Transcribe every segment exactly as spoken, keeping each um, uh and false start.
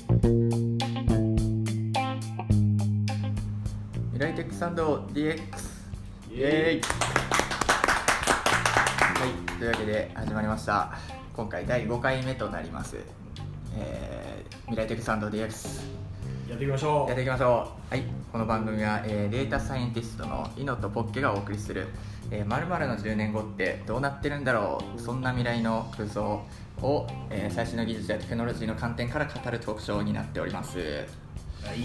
未来テックサンド ディーエックス イエーイ。はい、というわけで始まりました。今回だいごかいめとなります、えー、未来テックサンド ディーエックスやっていきましょうやっていきましょう。はい、この番組は、えー、データサイエンティストのイノとポッケがお送りする、えー、〇〇のじゅうねんごってどうなってるんだろう、そんな未来の空想を、えー、最新の技術やテクノロジーの観点から語るトークショーになっております。 はい、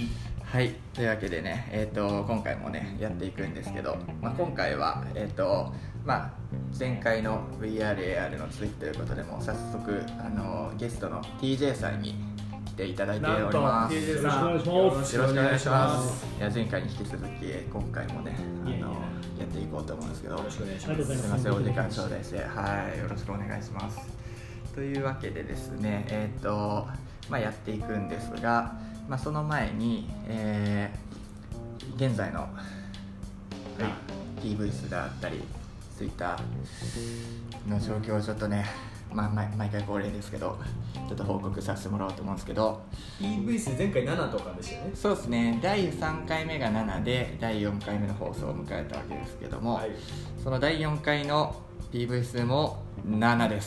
はい、というわけでね、えー、と今回もねやっていくんですけど、まあ、今回は、えーとまあ、前回の ブイアールエーアール の続きということで、もう早速あのゲストの ティージェー さんに来ていただいております。 ティージェー さん、 よろしくお願いします。 よろしくお願いします。いや、前回に引き続き今回もねあのいやいややっていこうと思うんですけど、 よろしくお願いしありがとうございます。 すみません、お時間頂戴して、はい、よろしくお願いします。というわけでですね、えっ、ー、と、まあ、やっていくんですが、まあ、その前に、えー、現在の、はい、ティーブイ スだったり、Twitter の状況をちょっとね、まあ、毎, 毎回恒例ですけど、ちょっと報告させてもらおうと思うんですけど、 ティーブイ ス前回ななとかでしたよね。 そうですね、だいさんかいめがななで、だいよんかいめの放送を迎えたわけですけども、 はい、 そのだいよんかいの ティーブイ 数もななです。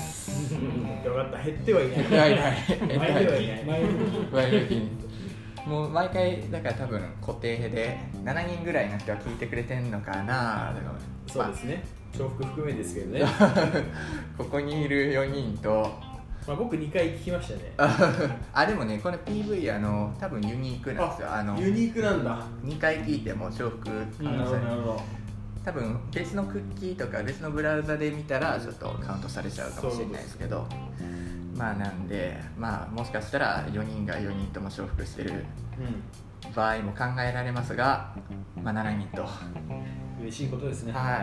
よかった、減ってはいない。 減ってはいない。 減ってはいない。 前向きに。もう毎回だから多分固定でしちにんぐらいの人は聞いてくれてんのかな。 そうですね。重複含めですけどね。 ここにいるよにんと、 まあ僕にかい聞きましたね。 あ、でもね、この ピーブイ あの多分ユニークなんですよ。あのユニークなんだ。 にかい聞いても重複なるほどなるほど。 多分別のクッキーとか別のブラウザで見たらちょっとカウントされちゃうかもしれないですけど、まあなんで、まあもしかしたらよにんがよにんとも重複してる場合も考えられますが、まあしちにんと嬉しいことですね。 はい、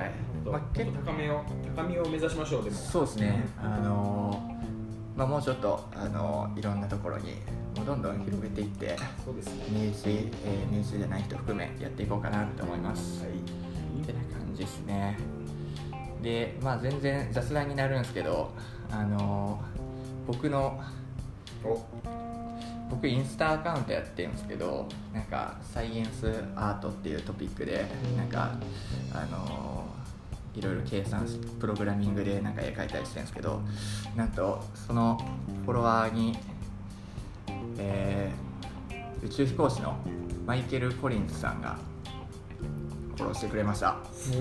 まあ、結構高めを高みを目指しましょう。でもそうですね、あのまあもうちょっとあのいろんなところにもうどんどん広げていって、 そうですね、 身内、えー、身内じゃない人含めやっていこうかなと思います。はい、ってな感じですね。で、まあ全然雑談になるんですけど、あの僕の僕インスタアカウントやってるんですけど、なんかサイエンスアートっていうトピックでなんかあのいろいろ計算しプログラミングでなんか絵描いたりしてるんですけど、なんとそのフォロワーに、えー、宇宙飛行士のマイケル・コリンズさんがフォローしてくれました。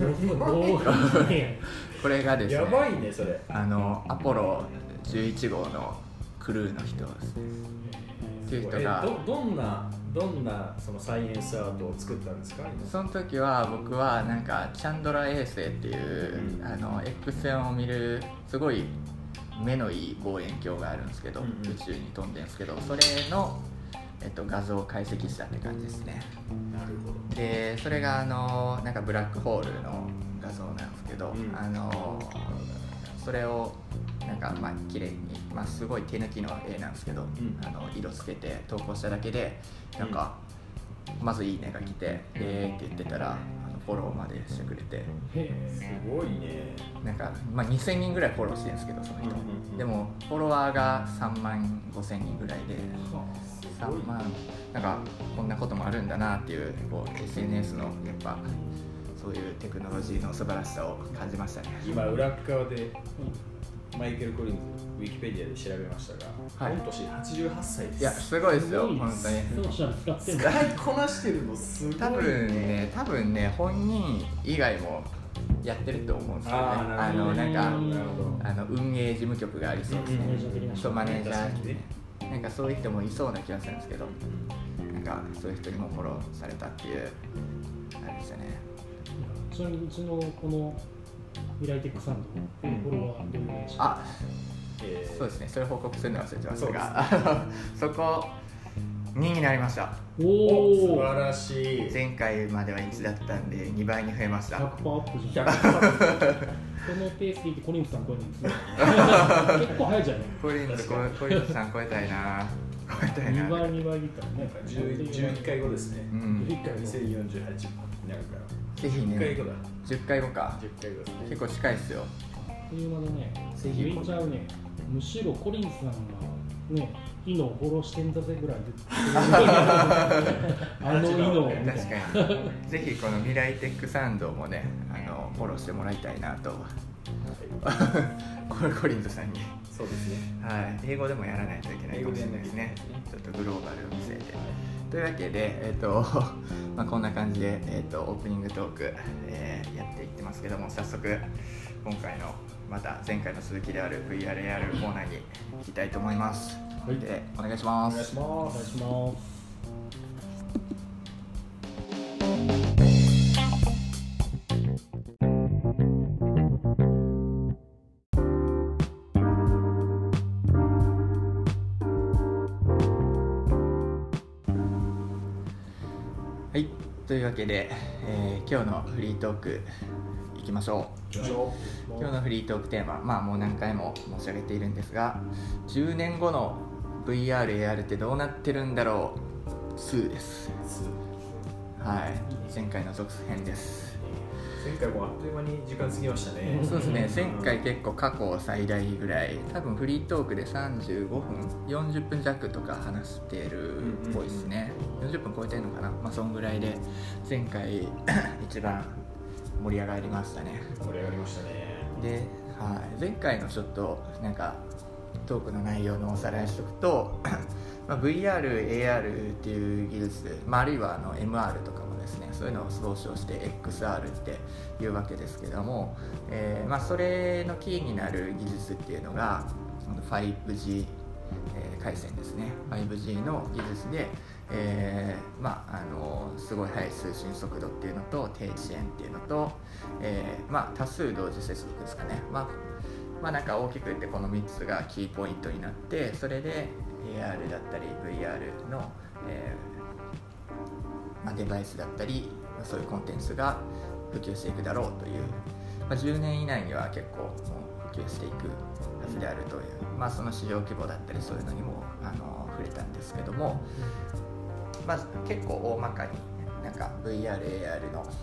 これがですね、 やばいねそれ。 あのアポロじゅういちごうのクルーの人ですね。っていう人が、 ど, どんなどんなそのサイエンスアートを作ったんですか？ その時は僕はなんかチャンドラ衛星っていう、うん、あの X 線を見るすごい目のいい望遠鏡があるんですけど、うんうん、宇宙に飛んでるんですけど、それの、えっと、画像を解析したって感じですね。 なるほど。 でそれがあのなんかブラックホールの画像なんですけど、うん、あのそれをなんかまあ綺麗に、まあ、すごい手抜きの絵なんですけど、うん、あの色つけて投稿しただけでなんか、うん、まずいいねが来て「えー」って言ってたらあのフォローまでしてくれて、 すごいね。 なんか、まあ、にせんにんぐらいフォローしてるんですけどその人、うんうんうん、でもフォロワーがさんまんごせんにんぐらいで、さんまんなんかこんなこともあるんだなっていう、こう エスエヌエス のやっぱそういうテクノロジーの素晴らしさを感じましたね。 今裏側でマイケル・コリンズウィキペディアで調べましたが、はい、今年はちじゅうはっさいです。 いやすごいですよ本当に。 使いこなしてるのすごいね。 多分ね多分ね本人以外もやってると思うんですよね。あのなんかあの運営事務局がありそうですね。とマネージャーね、なんかそういう人もいそうな気がするんですけど、なんかそういう人にもフォローされたっていうあれでしたね。 ちなみにうちのこの未来テックサンドのフォロワーどういうでした？ あ、えー、そうですね、それ報告するの忘れてましたが、そこにになりました。 おお、素晴らしい。 前回まではいちだったんでにばいに増えました。 ひゃくパーセント アップじゃん。このペースでいってコリンズさん超えるんですね。結構早いじゃない。 コリンズコリンズさん超えたいな。超えたいな。 にばいにばいでいったらね。 じゅういっかいごですね。 うん。 にせんよんじゅうはちになるから。 ぜひね。 じゅっかいごだ。 じゅっかいごか。 じゅっかいごですね。 結構近いっすよ。 というのでね、言っちゃうね。むしろコリンズさんがね、イノをフォローしてんだぜぐらいであのイノ確かにぜひこの未来テックサウンドもねあのフォローしてもらいたいなとコルコリンズさんにそうですね、 はい、英語でもやらないといけないかもしれないですね。ちょっとグローバルを見せて、はい、というわけで、えーとまあ、こんな感じで、えーとオープニングトーク、えー、やっていってますけども、早速今回のまた前回の続きである ブイアールエーアール コーナーに行きたいと思います。はい、でお願いします。 お願いします。お願いします。 はい、というわけで、えー、今日のフリートークいきましょう。 行きましょう。今日のフリートークテーマ、まあもう何回も申し上げているんですが、じゅうねんごの ブイアール、エーアール ってどうなってるんだろうにです。はい、前回の続編です。 前回もあっという間に時間過ぎましたね。 そうですね、前回結構過去最大ぐらい、多分フリートークでさんじゅうごふん、よんじゅっぷん弱とか話してるっぽいですね。よんじゅっぷん超えてるのかな、まあそんぐらいで前回一番盛り上がりましたね。 盛り上がりましたね。 で、はい、前回のちょっとなんかトークの内容のおさらいしとくとまあ ブイアール、エーアール っていう技術、まあ、あるいはあの エムアール とかもですね、そういうのを総称して エックスアール っていうわけですけども、えーまあ、それのキーになる技術っていうのが ファイブジー、えー、回線ですね。 ファイブジー の技術で、えーまあ、あのすごい速い通信速度っていうのと低遅延っていうのと、えーまあ、多数同時接続ですかね。まあまあ、なんか大きく言ってこのみっつがキーポイントになって、それで エーアール だったり ブイアール の、えーまあ、デバイスだったりそういうコンテンツが普及していくだろうという、まあ、じゅうねん以内には結構もう普及していくはずであるという、まあ、その市場規模だったりそういうのにもあの触れたんですけども、まあ、結構大まかになんか ブイアール、エーアール の、あの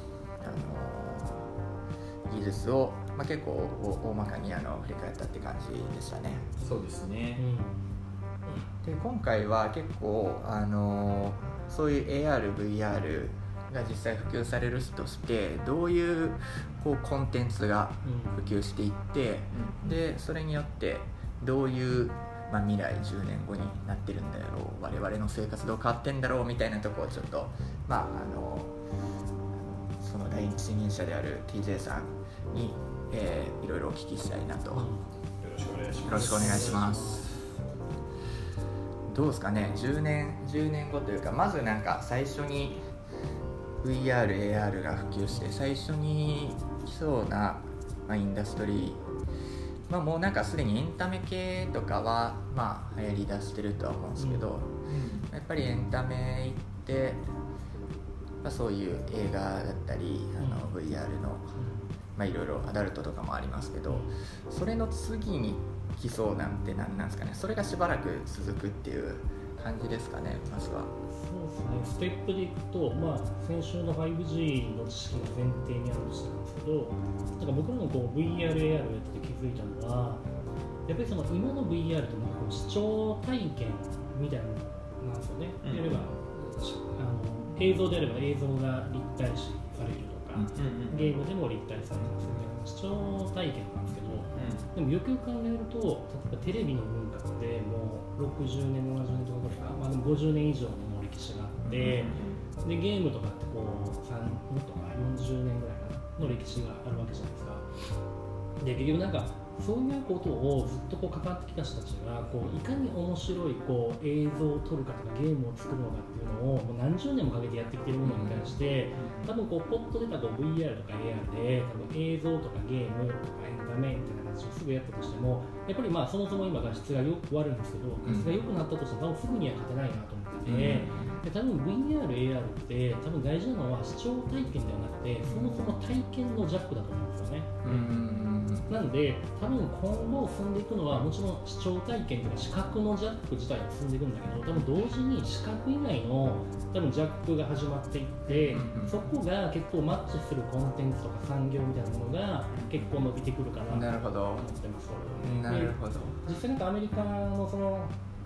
ー、技術を、まあ、結構大まかにあの振り返ったって感じでしたね。 そうですね。 で今回は結構、あのー、そういう エーアール、ブイアール が実際普及されるとしてどういう、こうコンテンツが普及していって、うん、でそれによってどういう、まあ、未来じゅうねんごになってるんだろう、我々の生活どう変わってんだろうみたいなところをちょっと、まああのその第一責任者である ティージェー さんに、えー、いろいろお聞きしたいなと、うん、よろしくお願いします。 よろしくお願いします。どうですかね、じゅうねん、じゅうねんごというか、まずなんか最初に ブイアール、エーアール が普及して最初に来そうな、まあ、インダストリー、まあ、もうなんかすでにエンタメ系とかはまあ流行りだしてるとは思うんですけど、うん、やっぱりエンタメ行って、まあ、そういう映画だったりあの ブイアール の、まあ、いろいろアダルトとかもありますけど、それの次に来そうなんて何なんですかね。それがしばらく続くっていう感じですかね、まずは。 そうですね、ステップでいくと、まあ、先週の ファイブジー の知識が前提にあるとしたんですけど、なんか僕らもこう ブイアール、エーアール をやって気づいたのは、やっぱりその今の ブイアール ってなんかこう視聴体験みたいなのなんですよね。うん、であればあの映像であれば映像が立体視されるとか、うんうんうん、ゲームでも立体されますみたいな視聴体験なんですけど、うん、でもよくよく考えると、例えばテレビの文化ってもうろくじゅうねん、ななじゅうねんとかぐらいか、まあ、でもごじゅうねん以上の歴史があって、うん、でゲームとかってこうさんとかよんじゅうねんぐらいかなの歴史があるわけじゃないですか。で結局なんかそういうことをずっとこう関わってきた人たちがこういかに面白いこう映像を撮るかとかゲームを作るのかっていうのをもう何十年もかけてやってきてるものに対して、多分こうポッと出たこう ブイアール とか エーアール で多分映像とかゲームとかエンタメみたいな話をすぐやったとしても、やっぱりまあそもそも今画質がよく悪いんですけど、画質が良くなったとしても多分すぐには勝てないなと思ってて、で多分 ブイアール、エーアール って多分大事なのは視聴体験ではなくて、そもそも体験のジャックだと思うんですよね。うん、なんで多分今後進んでいくのはもちろん視聴体験とか視覚のジャック自体が進んでいくんだけど、多分同時に視覚以外の多分ジャックが始まっていって、うんうん、そこが結構マッチするコンテンツとか産業みたいなものが結構伸びてくるかなと思ってます。 なるほど。 実際なんかアメリカのその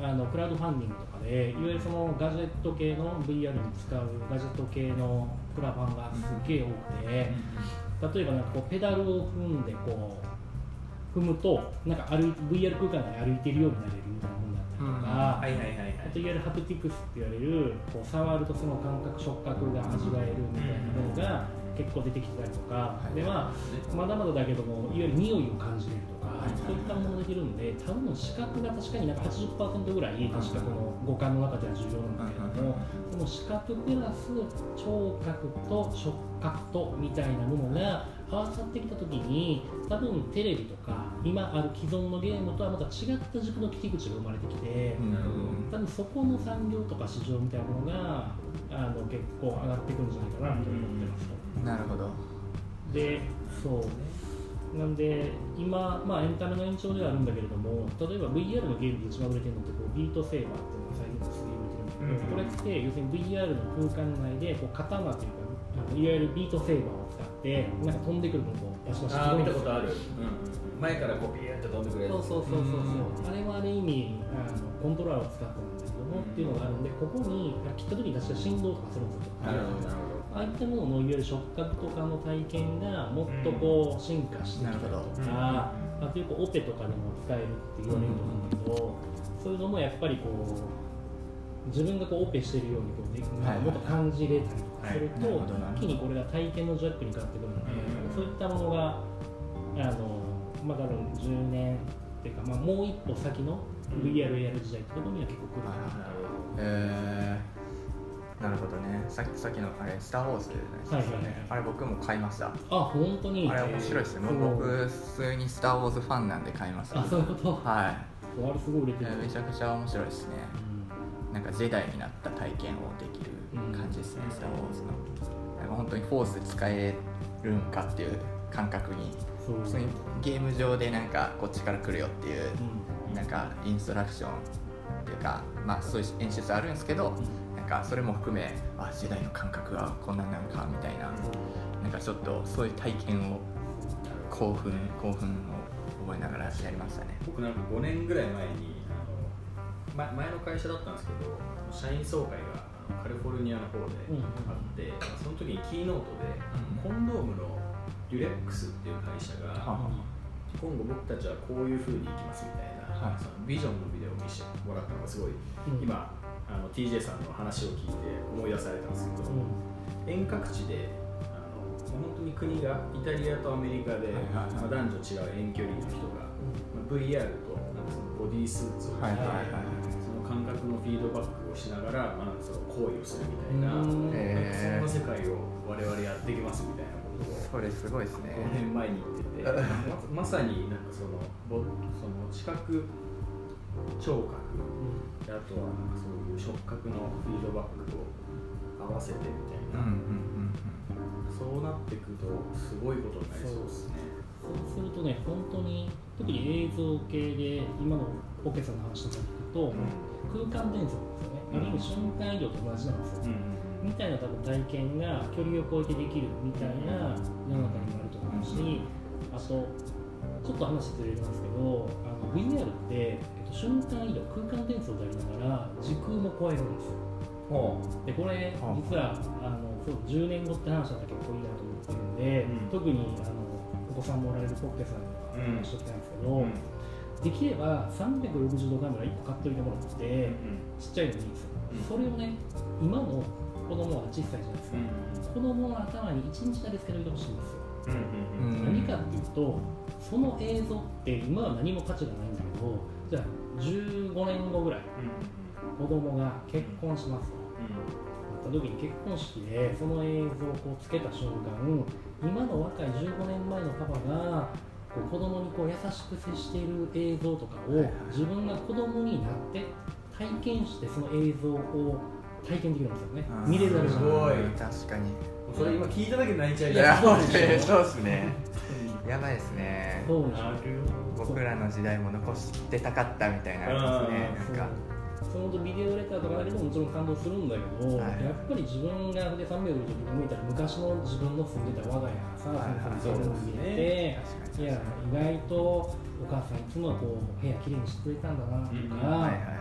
あのクラウドファンディングとかでいわゆるそのガジェット系の ブイアール に使うガジェット系のクラファンがすっげえ多くて、例えばなんかこうペダルを踏んでこう踏むとなんか歩い ブイアール 空間で歩いてるようになれるみたいなものだったりとか、 はいはいはいはい、 あといわゆるハプティクスって言われるこう触るとその感覚触覚が味わえるみたいなものが結構出てきてたりとか、でまあまだまだだけどもいわゆる匂いを感じれるとか、そういったものができるんで、多分視覚が確かになんか はちじゅっパーセント ぐらい確かこの五感の中では重要なんだけれども、この視覚プラス聴覚と触覚とみたいなものが合わさってきたときに、多分テレビとか今ある既存のゲームとはまた違った軸の切り口が生まれてきて、多分そこの産業とか市場みたいなものがあの結構上がっていくんじゃないかなと思ってますと。 なるほど。 で、そうなんで今、まあ、エンタメの延長ではあるんだけれども、例えば ブイアール のゲームで一番売れてるのってこうビートセーバーっていうのが最近すげえ売れてるんだけど、これって要するに ブイアール の空間内でこう刀というかいわゆるビートセーバーを使ってなんか飛んでくるのをバシバシあ見たことある、うん、前からこうビーって飛んでくれる。 そうそうそうそうそう、あれはある意味あのコントローラーを使ったんだけども、っていうのがあるんで、ここに切った時に確か振動とかするんですよ。 なるほどなるほど。 ああいったもののいわゆる触覚とかの体験がもっとこう進化してきたりとか、あというかオペとかでも使えるって言われると思うんだけど、そういうのもやっぱりこう自分がこうオペしてるようにこうで、はい、もっと感じれたりとかすると、はい、一気にこれが体験のジャックに変わってくるので、そういったものがあの、まあ、多分じゅうねんっていうか、まあ、もう一歩先の ブイアールエーアール 時代ってところには結構来るかなと。 えー、なるほどね。さっきさっきのあれスター・ウォーズですよね、はいはいはい、あれ僕も買いました。 あ、本当に。 あれ面白いですね。僕普通にスター・ウォーズファンなんで買いました。 あ、そういうこと。 はい。 あれすごい売れてる。 めちゃくちゃ面白いですね、うん、なんかジェダイになった体験をできる感じですね、うん、スター・ウォーズの。なんか本当にフォース使えるんかっていう感覚に、普通にゲーム上でなんかこっちから来るよっていう、うん、なんかインストラクションっていうか、まあそういう演出あるんですけど、うん、なんかそれも含め、あ、ジェダイの感覚はこんなんなのかみたいな、うん、なんかちょっとそういう体験を興奮興奮を覚えながらやりましたね。 僕なんかごねんぐらい前にあの、ま、前の会社だったんですけど、社員総会があのカリフォルニアの方であって、うん、その時にキーノートで、うん、コンドームのデュレックスっていう会社が、うん、今後僕たちはこういう風にいきますみたいな、はい、そのビジョンのビデオを見せてもらったのがすごい、うん、今あの ティージェー さんの話を聞いて思い出されたんですけど、うん、遠隔地であの本当に国がイタリアとアメリカで、はいはいはい、まあ、男女違う遠距離の人が、まあ、ブイアール となんかそのボディースーツを着て、はいはいはい、その感覚のフィードバックをしながら、まあ、なんかその行為をするみたいな、なんかそんな世界を我々やっていきますみたいなことをそれすごいですね。 ごねんまえに言っててま, まさになんかそのその視覚、聴覚、うん、あとはなんかそういう触覚のフィードバックを合わせてみたいな、うんうんうん、そうなっていくとすごいことになりそうですね。 そうするとね、本当に特に映像系で今のオケさんの話とか聞くと、うん、空間伝送ですよね、うん、ある意味瞬間移動と同じなんですよ、うんうん、みたいな多分体験が距離を超えてできるみたいな世の中にもあると思うし、あとちょっと話ずれますけど、あの ブイアール って、えっと、瞬間移動、空間伝送でありながら時空も超えるんですよ。でこれ実はあのそうじゅうねんごって話は結構いいなと思ってるんで、うん、特にあのお子さんもおられるポッケさんには話しておきたいんですけど、うん、できればさんびゃくろくじゅうどカメラいっこ買っておいてもらって、うん、ちっちゃいのでいいんですよ、うん、それをね、今の子供は小さいじゃないですか、うん、子供の頭にいちにちだけつけておいてほしいんですよ、うん、何かっていうと、その映像って今は何も価値がないんだけど、じゃあじゅうごねんごぐらい、子供が結婚しますと、なった時に結婚式でその映像をこうつけた瞬間、今の若いじゅうごねんまえのパパがこう子供にこう優しく接している映像とかを自分が子供になって体験して、その映像を体験できるんですよね。見れるわけじゃない。 すごい、 確かに。 それ今聞いただけで泣いちゃいます。いや、そうですね。やばいですね。 そうなる。 僕らの時代も残してたかったみたいなありますね。なんか。 そのビデオレターとかだけでももちろん感動するんだけど、はい、やっぱり自分がでさんびゃくろくじゅうど向いたら昔の自分の住んでた我が家がさ、そういうのを見れて、いや意外とお母さんいつもはこう部屋きれいにしてくれたんだなとか、うん、はいはいはい、あ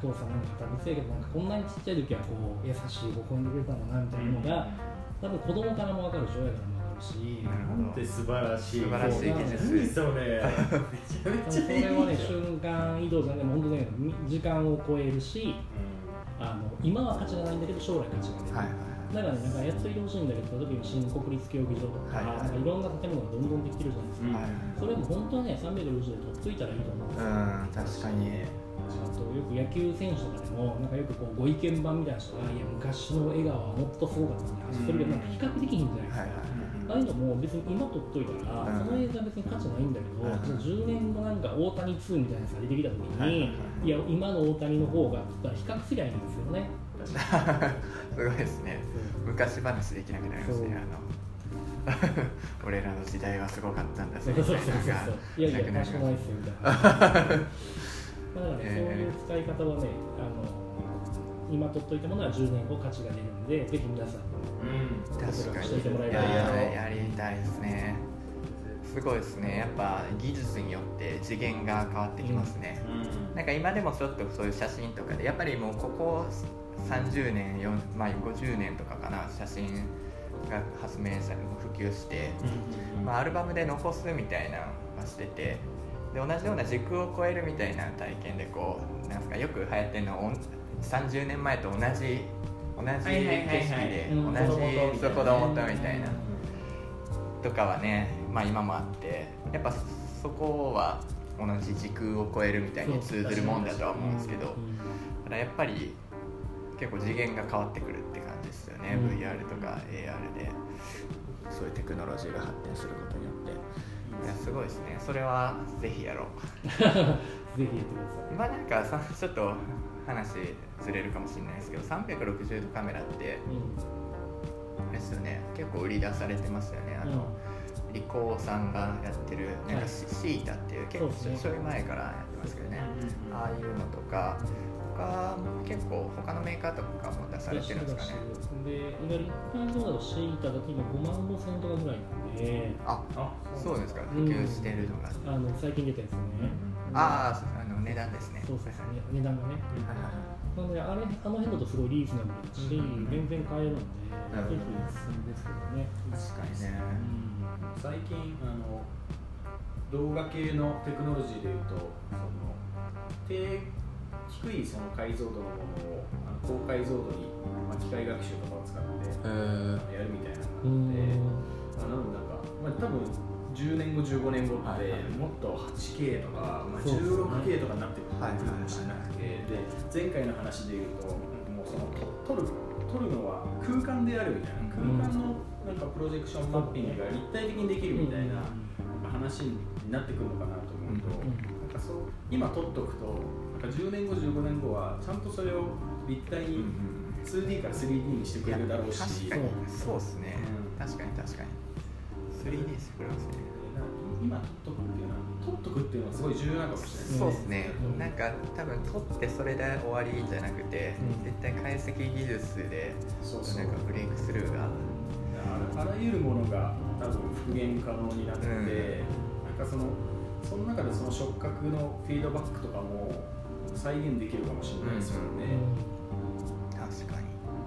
父さんなんか多分せやけどなんかこんなにちっちゃい時はこう優しい微笑んでくれたのなみたいなのが、多分子供からも分かるし親からも分かるし、 なんて素晴らしい素晴らしい技術。 何それめちゃめちゃいいじゃん。 それはね瞬間移動じゃなくて本当ね時間を超えるし、あの今は価値がないんだけど将来価値が出る、 はいはいだからね、なんかやっといてほしいんだけど、例えば新国立競技場とか、 はいはいなんかいろんな建物がどんどんできてるじゃないですか、 うんそれも本当はね、さんびゃくろくじゅうど取っといたらいいと思うんですよ。 うん、確かに。 あとよく野球選手とかでも、なんかよくこうご意見番みたいな人が、いや、昔の笑顔はもっとすごかったのに走ってるけど、なんか比較できひんじゃないですか。ああいうのも別に今撮っといたら、 うんその映像は別に価値ないんだけど、 うんじゃあじゅうねんごなんか大谷ツーみたいなやつが出てきたときに、 はいいや、今の大谷の方がって言ったら比較すりゃいいんですよね。 すごいですね。昔話できなくなりますね。あの俺らの時代はすごかったんだそうそうそうそう。いやいや、 なくなります賢くないっすよみたいな。だからね、そういう使い方はね、あの今取っといたものはじゅうねんご価値が出るんで、ぜひ皆さん確かしていてもらえにばいいなと。 ややりたいですね。すごいですね。やっぱ技術によって次元が変わってきますね。なんか今でもちょっとそういう写真とかでやっぱりもうここさんじゅうねん、よんまあ、ごじゅうねんとかかな、写真が発明され普及して、まあ、アルバムで残すみたいなのがしてて、で同じような時空を超えるみたいな体験でこうなんすかよく流行ってるのさんじゅうねんまえと同じ同じ景色で同じ子供とみたいなとかはね、まあ、今もあってやっぱそこは同じ時空を超えるみたいに通ずるもんだとは思うんですけど、だからやっぱり結構次元が変わってくるって感じですよね、うん、ブイアール とか エーアール でそういうテクノロジーが発展することによっていやすごいですね。それはぜひやろうぜひやってください。 まあなんかさちょっと話ずれるかもしれないですけどさんびゃくろくじゅうどカメラって、うん、ですよね、結構売り出されてますよね。あの、うん、リコーさんがやってるなんかシータっていう結構ちょい前からやってますけどね、うん、ああいうのとか他結構他のメーカーとかも出されてるんですかね。 で、いわゆる一般のだとシータだと今ごまんごせんとかぐらいなんで、 あ、あそうですか、普及してるのが、 うん、あの最近出たやつね、 うん、ああ、あの値段ですね。 そうそうそう、ね、値段がね、なのであれあの辺だとすごいリーズナブルだし、うん、全然買えるんで、ぜひ進んですけどね。 確かにね、 うん、最近あの動画系のテクノロジーでいうとその低低いその解像度のものをあの高解像度に、まあ、機械学習とかを使ってやるみたいなのがあって、あなのでなんか、まあ、多分じゅうねんごじゅうごねんごって、はいはい、もっと はちケー とか、まあ、じゅうろくケー とかになってくるかもしれなくて、で前回の話でいうともうその撮る撮るのは空間であるみたいな、空間のなんかプロジェクションマッピングが立体的にできるみたいな話になってくるのかなと思うと、なんかそう今撮っとくとじゅうねんごじゅうごねんごはちゃんとそれを立体に ツーディー から スリーディー にしてくれるだろうし、 確かにそうですね、うん、確かに確かに スリーディー してくれますね。 今撮っとくっていうのは撮っとくっていうのはすごい重要なのかもしれないですね。 そうですね、うん、なんか多分撮ってそれで終わりじゃなくて、うん、絶対解析技術でそうそうなんかブレイクスルーがあらゆるものが多分復元可能になって、うん、なんかそのその中でその触覚のフィードバックとかも再現できるかもしれないですよね、 うん、確かに。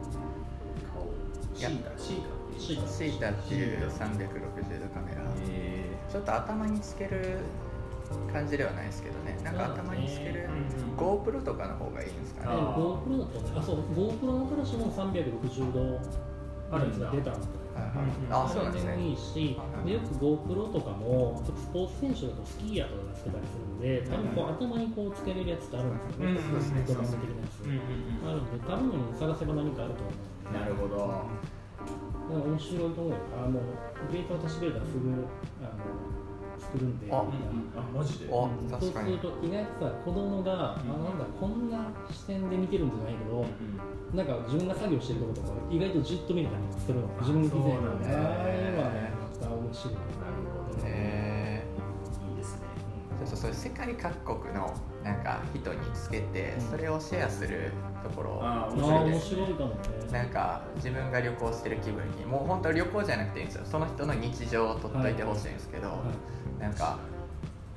シータシータシータっていうさんびゃくろくじゅうどカメラ、ちょっと頭につける感じではないですけどね、なんか頭につける GoPro とかの方がいいんですかね。 GoPro だとね、あ、そう GoPro の新しいのさんびゃくろくじゅうどあるんですが出たのとあ、そうなんですね。 いいし、でよく GoPro とかもスポーツ選手だとスキーヤーとかがつけたりするんで、多分こう頭にこうつけれるやつってあるんですよね、 そうですね、 ドラマ的なやつ、あるんで、多分探せば何かあると思う。 なるほど。 面白いと思うよ。あのデータを足し入れたらすぐあの作るんで。 あ、あマジで。 そうすると意外とさ子供が、うん、あなんだこんな視点で見てるんじゃないけど、うん、なんか自分が作業してるとことか意外とじっと見れたりするの。自分以前のね。ああいうのはねまた面白い。なるほどね。 いいですね。 ちょっとそれ世界各国のなんか人につけてそれをシェアするところ、 ああ面白いかもね。 なんか自分が旅行してる気分にもう本当旅行じゃなくていいんですよ、その人の日常を撮っといてほしいんですけど、はい、なんか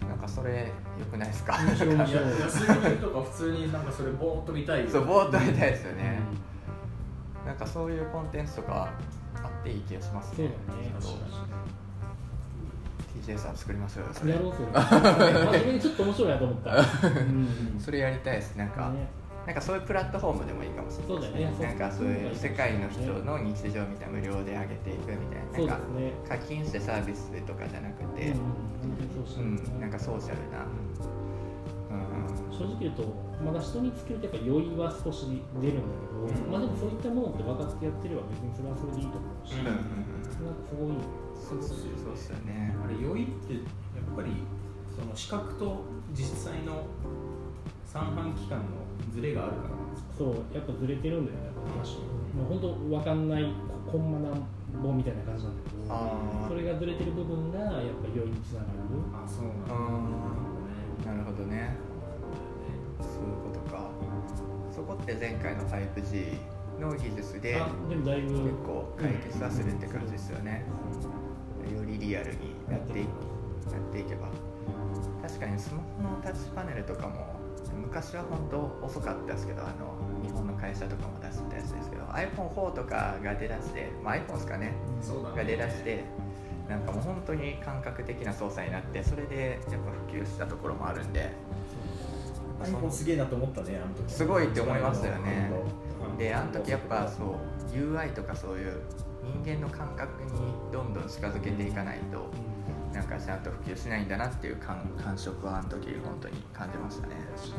なんかそれ良くないですか？ 面白い面白い。 安いとか普通になんかそれぼーっと見たい。 そうぼーっと見たいですよね、うん、なんかそういうコンテンツとかあっていい気がしますね。 そうだね。 そう ティージェー さん作りましょうよそれ。 やろうそれ。真面目にちょっと面白いなと思った、うん、 それやりたいです。なんか、ね、なんかそういうプラットフォームでもいいかもしれないですね。そうだよね。なんかそういう世界の人の日常みたいな無料で上げていくみたいな、なんか課金してサービスとかじゃなくて、うん、なんかソーシャルな、うん、 正直言うとまだ人につけるとやっぱ酔いは少し出るんだけど、うん、まあでもそういったものって分かってやってれば別にそれはそれでいいと思うし、うん、なんかすごいそうですよね。 あれ酔いってやっぱりその視覚と実際の三半規管のズレがあるからなんですか？ そうやっぱずれてるんだよね。私もう本当分かんないコンマなんぼみたいな感じなんだけど、それがずれてる部分がやっぱ酔いにつながる。 あ、そうなんだ。 なるほどね。そういうことか。そこって前回の ファイブジー の技術で結構解決はするって感じですよね。よりリアルになっていなっていけば。確かにスマホのタッチパネルとかも昔は本当遅かったですけど、あの日本の会社とかも出してたやつですけど アイフォンフォー とかが出だして、まあ、iPhone ですかね、 そうだね、 が出だしてなんかもう本当に感覚的な操作になって、それでやっぱ普及したところもあるんで、 iPhone すげえなと思ったね、あの時すごいって思いましたよね。であの時やっぱそう ユーアイ とかそういう人間の感覚にどんどん近づけていかないとなんかちゃんと普及しないんだなっていう 感, 感触はあの時本当に感じましたね。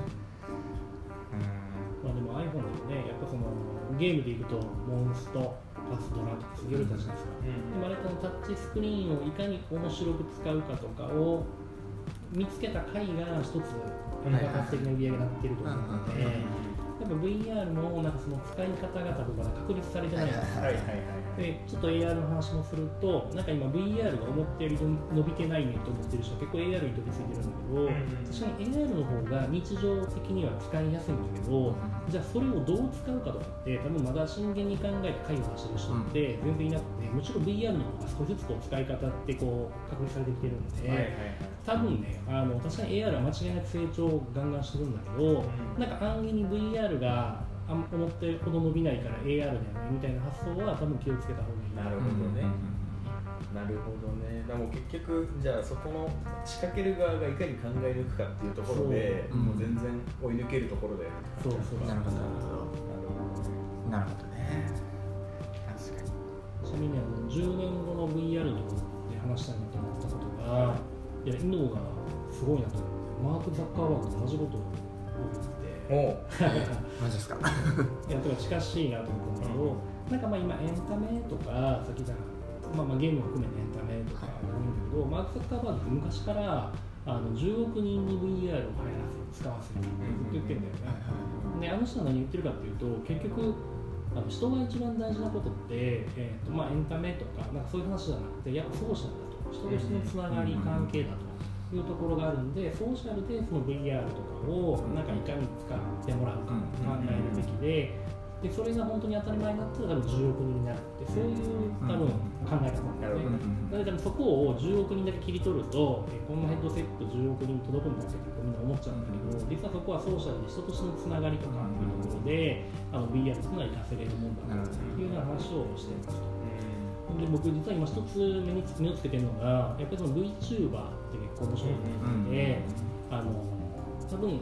まあ、でも iPhone でもね、やっぱそのゲームでいうとモンスト、パズドラとかすげえたじゃないですか、うん、でもあれとのタッチスクリーンをいかに面白く使うかとかを見つけた回が一つ爆発的な売り上げになっていると思うので、やっぱ ブイアール もなんかその使い方が多分まだ確立されてないんですよ。でちょっと エーアール の話もすると、なんか今 ブイアール が思ったより伸びてないねと思ってる人は結構 エーアール に飛びついてるんだけど、うんうん、確かに エーアール の方が日常的には使いやすいんだけど、じゃあそれをどう使うかとかって多分まだ真剣に考えて解を出してる人って全然いなくて、むしろ ブイアール の方が少しずつこう使い方ってこう確立されてきてるんで、はいはいはい、多分ね、あの確かに エーアール は間違いなく成長をガンガンしてるんだけど、うん、なんか安易に ブイアール があ思ってるほど伸びないから エーアール だよねみたいな発想は多分気をつけた方がいい。 なるほどね、うん、なるほどね。でも結局じゃあそこの仕掛ける側がいかに考え抜くかっていうところで、もう全然追い抜けるところで、 そうそうなるほどなるほどなるほどね。確かに。 ちなみにあのじゅうねんごの ブイアール で話したいなと思ったことが、いやイノがすごいなと思って、マーク・ザッカーバーグと同じことを言ってて、 おマジですか。 いや、とか近しいなと思ったんだけど、うん、なんかまあ今エンタメとかさっき言った、まあ、まあゲームを含めてエンタメとか言うんだけど、マーク・ザッカーバーグって昔からあのじゅうおくにんに ブイアール を流行らせる、使わせるってずっと言ってるんだよね。で、あの人は何言ってるかっていうと、結局あの人が一番大事なことって、えーとまあ、エンタメとか、なんかそういう話じゃなくて、やっぱソーシャルだと、人と人のつながり、関係だというところがあるんで、ソーシャルでその ブイアール とかをなんかいかに使ってもらうか考えるべきで、でそれが本当に当たり前になったら多分じゅうおくにんになるって、そういう多分考え方なんだよね。なので多分そこをじゅうおくにんだけ切り取ると、えこのヘッドセットじゅうおくにん届くんだってみんな思っちゃうんだけど、実はそこはソーシャルで人と人のつながりとかっていうところで、あの ブイアール っていうのは活かせれるもんだなというような話をしていますと。で僕実は今一つ目に目をつけてるのが、やっぱりその VTuber って結構面白いので、あの多分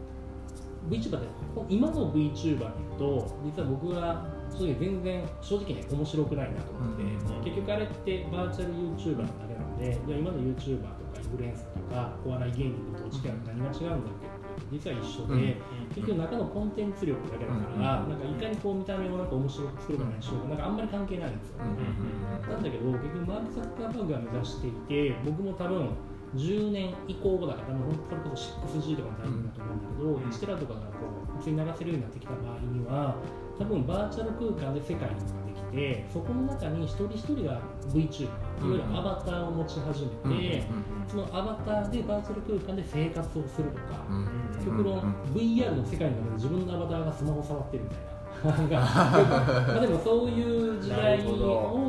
VTuber って今の VTuber でいうと、実は僕は正直全然正直ね面白くないなと思って、うん、結局あれってバーチャル YouTuber だけなんで、じゃあ今の YouTuber とかインフルエンサーとかお笑い芸人とどっちか何が違うんだっけって実は一緒で、うん、結局中のコンテンツ力だけだから、うん、なんかいかにこう見た目をなんか面白く作るかないしようかなんかあんまり関係ないんですよ、うん、なんだけど結局マーク・ザッカーバーグが目指していて、僕も多分じゅうねん以降だから多分それこそ シックスジー とかのタイミングだと思うんだけど、うん、いちテラとかがこう普通に流せるようになってきた場合には、多分バーチャル空間で世界ができて、そこの中に一人一人が VTuber、いわゆるアバターを持ち始めて、うん、そのアバターでバーチャル空間で生活をするとか、うん、極論 ブイアール の世界の中で自分のアバターがスマホを触ってるみたいなまあでもそういう時代を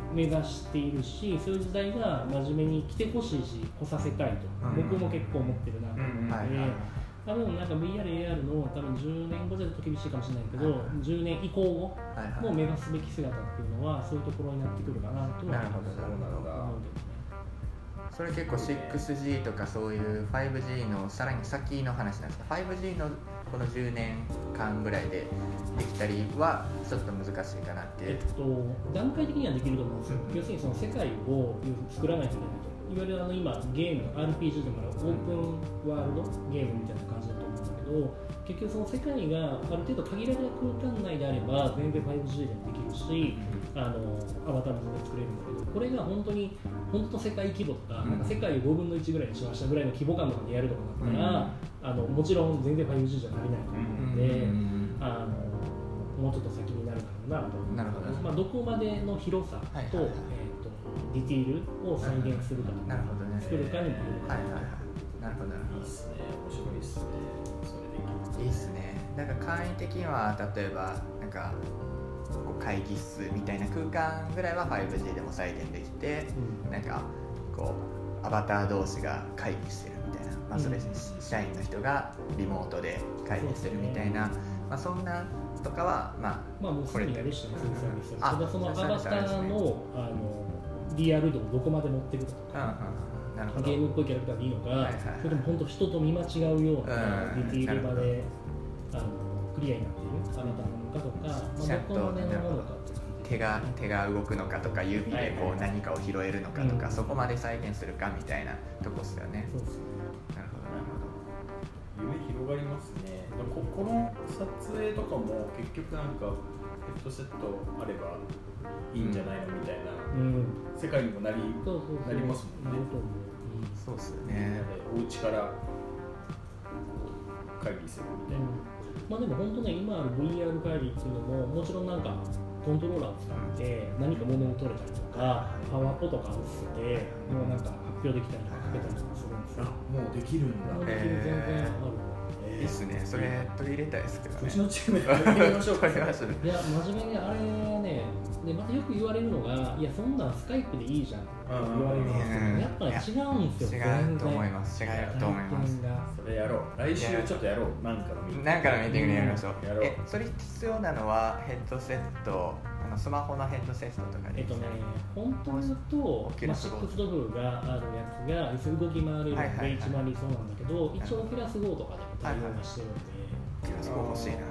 目指しているし、そういう時代が真面目に来てほしいし来させたいと、うん、僕も結構思ってるなと思って、うんはいはい、多分なんか ブイアール、エーアール の多分じゅうねんごじゃちょっと厳しいかもしれないけど、はいはい、じゅうねん以降を目指すべき姿っていうのはそういうところになってくるかなとは思うけどね。 それ結構 シックスジー とかそういう ファイブジー のさらに先の話なんですか？ ファイブジー のこのじゅうねんかんぐらいでできたりはちょっと難しいかなっていう、 えっと、段階的にはできると思うんですよ、うん、要するにその世界を作らないといけないと、いわゆるあの今ゲームの アールピージー とかオープンワールドゲームみたいな感じだと思うんだけど、結局その世界がある程度限られた空間内であれば全然 ファイブジー でもできるし、あのアバターも全然作れるんだけど、これが本当に本当の世界規模とか、うん、なんか世界をごぶんのいちぐらいにしましたぐらいの規模感とかでやるとかだったら、うん、あのもちろん全然 ファイブジー じゃ足りないと思うので、うん、あのもうちょっと先になるだろうなと思う。 なるほど、 まあ、どこまでの広さと、はいはいはい、えーと、ディティールを再現するかとか、 なるほどね、 作るかにもよる。 はいはいはい、なるほどなるほど。 いいっすね、面白いっすね。それでいいっすね。なんか簡易的には例えばなんかこう会議室みたいな空間ぐらいは ファイブジー でも再現できて、うん、なんかこうアバター同士が会議してるみたいな、まあ、それ、うん、社員の人がリモートで会議してるみたいな、まあ、そんなとかはまあまあもうすでにやるしね、ただそのアバターのあのリアル度をどこまで持ってるかとか、 なるほど、 ゲームっぽいキャラクターでいいのか、はいはいはい、それとも本当人と見間違うようなディティールまで、あのクリアになっているアバターなのかとか、まあ、どこまでのものかとか、 手が手が動くのかとか、指でこう何かを拾えるのかとか、はいはいはい、そこまで再現するかみたいなとこですよね。 そうですね。 なるほどなるほど。 夢広がりますね。ここの撮影とかも結局なんかヘッドセットあればいいんじゃないのみたいな、うん、世界にもなり、 そうそうそう、 なりますもんね。 そうですよね。 お家から会議するみたいな。うんまあ、でも本当ね、今ある ブイアール 会議っていうのももちろんなんかコントローラーを使って何か物を取れたりとか、パワポとかを捨ててもうなんか発表できたりとかかけたりとかするんですよ。 もうできるんだ。 もうできる、全然ある。 いいっすね。それ取り入れたいですけどね。 うちのチームで取り入れましょうか。 いや真面目にあれね、でまたよく言われるのが、いやそんなんスカイプでいいじゃんって言われるんですけど、やっぱり違うんですよ。 違うと思います。違うと思います。 それやろう。来週ちょっとやろう。なんかのミーティング。 なんかのミーティングでやりましょう。 やろう。 え、それ必要なのはヘッドセット、あのスマホのヘッドセットとかで。 えっとね、本当に言うと、まあ、シックスドブがあるやつが動き回れるので一番理想なんだけど、一応オキュラスゴーとかでも対応はしてるんで。 オキュラスゴー欲しいな。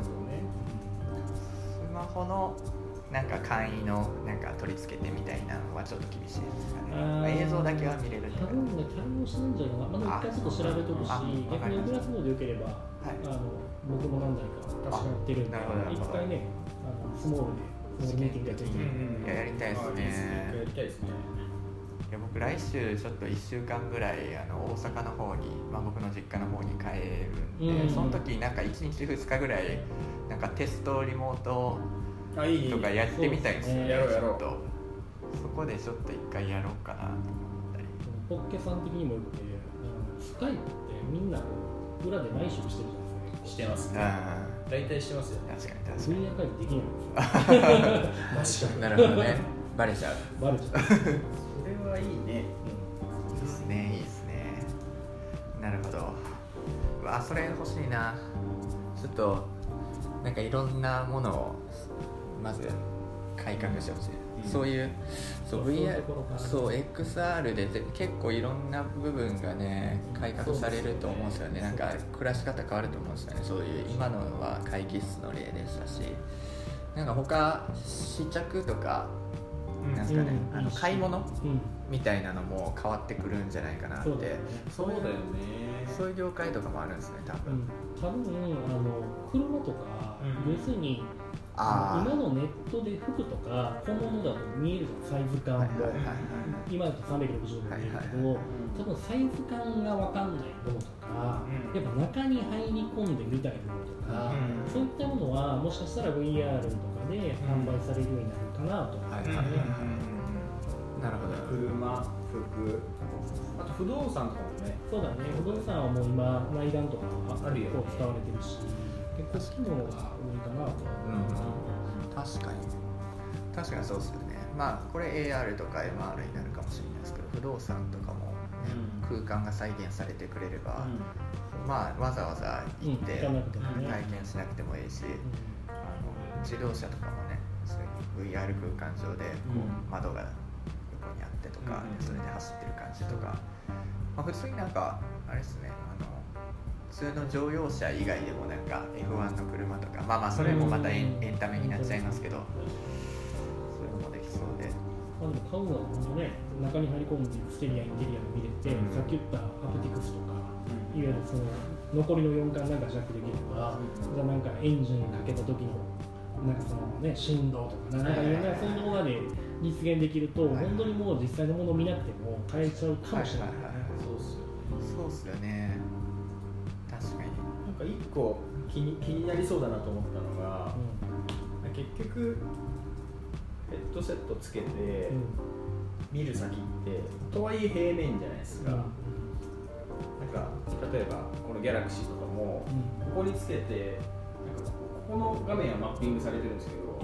スマホのなんか簡易のなんか取り付けてみたいなのはちょっと厳しいですかね。まあ、映像だけは見れる。 多分ね、対応しないんじゃないかな。まあ、一回ちょっと調べとくし、逆にオキュラスゴーでよければ、はい、あの僕も何台か確かやってるんで、一回ね、あのスモールでスモールミーティングやってみて、 いややりたいですね。 やりたいですね。 いや僕来週ちょっといっしゅうかんぐらいあの大阪の方に、まあ、僕の実家の方に帰るんで、うんうん、その時なんかいちにちふつかぐらいなんかテストリモートとかやってみたいですね。 やろうやろう。 そこでちょっと一回やろうかなと思ったり。 ポッケさん的にもよくて、スカイプってみんな裏で内緒してるじゃないですか。 してますね。大体してますよね。 確かに確かに。 ブイアール 会議できないんですよ。確かに。 なるほどね。バレちゃう。 バレちゃう。 それはいいね。 うん、いいですね、いいですね。なるほど。うわ、それ欲しいな。ちょっとなんかいろんなものをまず改革してほしい、うん、そういうそう ブイアール そう エックスアール で結構いろんな部分がね改革されると思うんですよね。なんか暮らし方変わると思うんですよね。そういう今のは会議室の例でしたし、なんか他試着とかなんですかね、うん、あの買い物、うん、みたいなのも変わってくるんじゃないかなって。 そうだよね。 そういう業界とかもあるんですね、多分。うん、 多分あの車とか、うん、要するに今のネットで服とか小物だと見えるじゃん、サイズ感も、はいはいはいはい、今だとさんびゃくろくじゅうど見えるけど、はいはいはい、多分サイズ感が分かんないものとか、うん、やっぱ中に入り込んでみたいなものとか、うん、そういったものはもしかしたら ブイアール とかで販売されるようになるかなと思いますね。 なるほど。 車、服、あと不動産とかもね。 そうだね、不動産はもう今内覧とか結構使われてるし、結構機能が多いかなと思うな、 うん、確かに確かにそうですよね。 まあこれ エーアール とか エムアール になるかもしれないですけど、不動産とかも、ね、うん、空間が再現されてくれれば、うん、まあわざわざ行って体験しなくてもいいし、うん、あの自動車とかもね、そういう ブイアール 空間上でこう窓が横にあってとか、うん、それで走ってる感じとか、まあ、普通になんかあれですね、あの普通の乗用車以外でもなんか エフワン の車とか、まあまあそれもまたエン、エンタメになっちゃいますけど、そういうのもできそうで、 まあ、でも買うのは本当ね、中に入り込んでステリアインテリアも見れて、うん、さっき言ったハプティクスとか、うん、いわゆるその残りのよんかんなんか弱できれば、うん、じゃあなんかエンジンかけた時のなんかそのね振動とかなんかいろんなそういうのまで実現できると、はいはい、本当にもう実際のものを見なくても買えちゃうかもしれない。 そうっすよね。確かに。 なんか一個気に気になりそうだなと思ったのが、うん、結局ヘッドセットつけて見る先って、とはいえ平面じゃないですか。うん、なんか例えばこのギャラクシーとかも、うん、ここにつけてなんかこの画面はマッピングされてるんですけど、はい、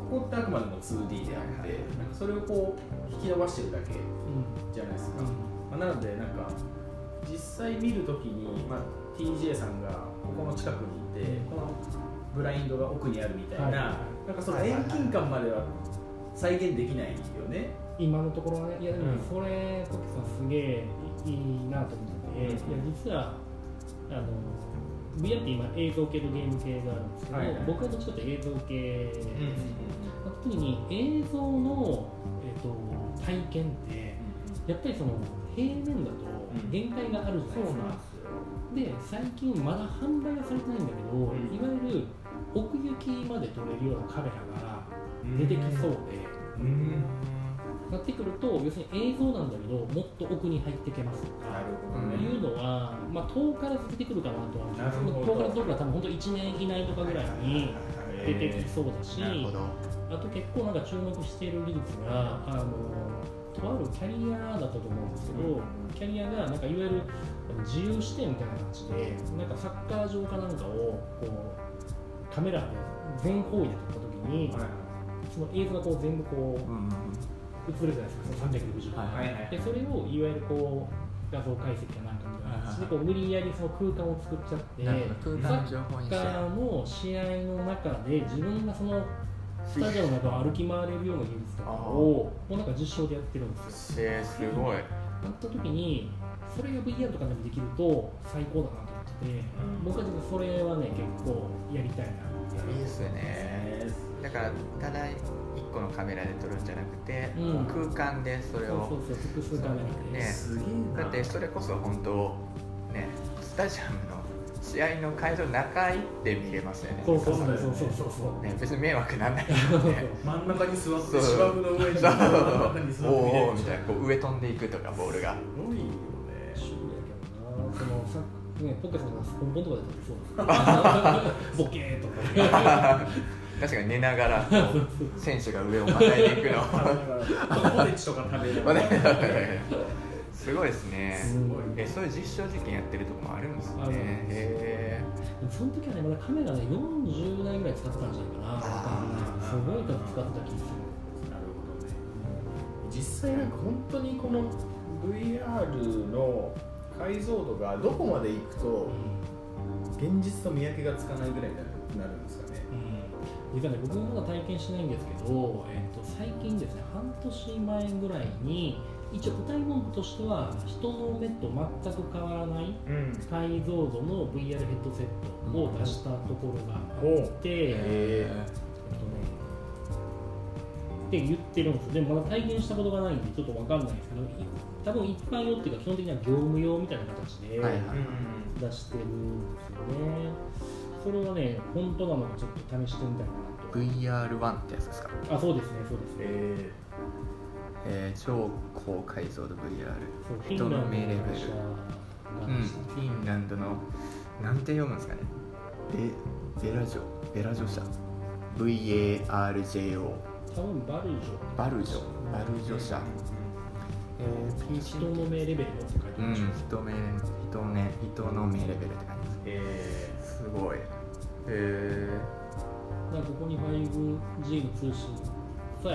ここってあくまでも ツーディー であって、はいはい、なんかそれをこう引き伸ばしてるだけじゃないですか。うん、まあ、なのでなんか実際見るときに、まあ、ティージェー さんがここの近くにいて、このブラインドが奥にあるみたいな、はい、なんかその遠近感までは再現できないよね。 今のところはね。いやでもそれ、トキさんすげえいいなと思って、うん、いや実はあの ブイアール って今映像系とゲーム系があるんですけど、はいはい、僕はどっちかというと映像系ですね。うん、特に映像の、えー、と体験ってやっぱりその平面だと限界があるじゃないですか。うん、で最近まだ販売はされてないんだけど、うん、いわゆる奥行きまで撮れるようなカメラが出てきそうで、うん、なってくると要するに映像なんだけどもっと奥に入ってきますとかいうのは、まあ、遠からず出てくるかなとは思うんですけど、遠からずどころか多分本当いちねん以内とかぐらいに出てきそうだし、あと結構なんか注目している技術があのとあるキャリアだったと思うんですけど、キャリアがなんかいわゆる自由視点みたいな感じで、なんかサッカー場かなんかをこうカメラで全方位で撮った時に、はい、その映像がこう全部こう、うんうん、映るじゃないですか、そのさんびゃくろくじゅうど、はいはいはい、でそれをいわゆるこう画像解析かなんかみたいな感じでこう無理やりその空間を作っちゃって、サッカーの試合の中で自分がそのスタジアムの中を歩き回れるような技術とかをもうなんか実証でやってるんですよ。 えー、すごい。 なった時にそれが ブイアール とかでもできると最高だなと思ってて、うん、僕はそれはね結構やりたいな。 いいですよね。だからただいっこのカメラで撮るんじゃなくて、うん、空間でそれをそうそうそう複数カメラで、 ね、すげえな。だってそれこそ本当ねスタジアムの試合の会場の中行って見れますよね。 そうそうそうそうそうそう、 ね、別に迷惑なんないですね。 真ん中に座って芝生の上に真ん中に座って見れるみたいな、 こう上飛んでいくとかボールが。 すごいよね。 趣味やけどな。そのさねポケさんがスポンポンとかで撮ってそう。ボケーとか。 確かに寝ながら選手が上をまたいでいくの。 ポテチとか食べる。 すごいですね。すごい。え、そういう実証実験やってるところもあるんですね。へー。その時はね、まだカメラね、よんじゅうだいぐらい使ってたんじゃないかな。すごい数使ってた気がする。 なるほどね。実際なんか本当にこの ブイアール の解像度がどこまでいくと現実と見分けがつかないぐらいになるんですかね。 うん、実はね、僕もまだ体験しないんですけど、えっと、最近ですね、半年前ぐらいに一応歌い物としては人の目と全く変わらない解像度の ブイアール ヘッドセットを出したところがあって、うん、えー、えっとねって言ってるんですよ。でもまだ体験したことがないんでちょっと分かんないですけど、多分一般用っていうか基本的には業務用みたいな形で出してるんですよね。それはね、本当なのかちょっと試してみたいなと。 ブイアールワン ってやつですか？ あ、そうですね、そうですね。 えーえー、超高解像度 ブイアール、人の目レベル、うん、フィンランドのなんて読むんですかね、ベベラジョベラジョ社 ブイエーアールジェーオー、 多分バルジョバルジョバルジョ社、 えー、ピーシー 人の目レベルって書いてます。うん、 人目人目人の目レベルって書いてます。えー、すごい。えー、なんかここに ファイブジー の通信さえ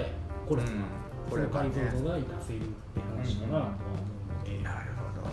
これ、うん、 これ解像度が活かせるって話かなとは思うので、 なるほど。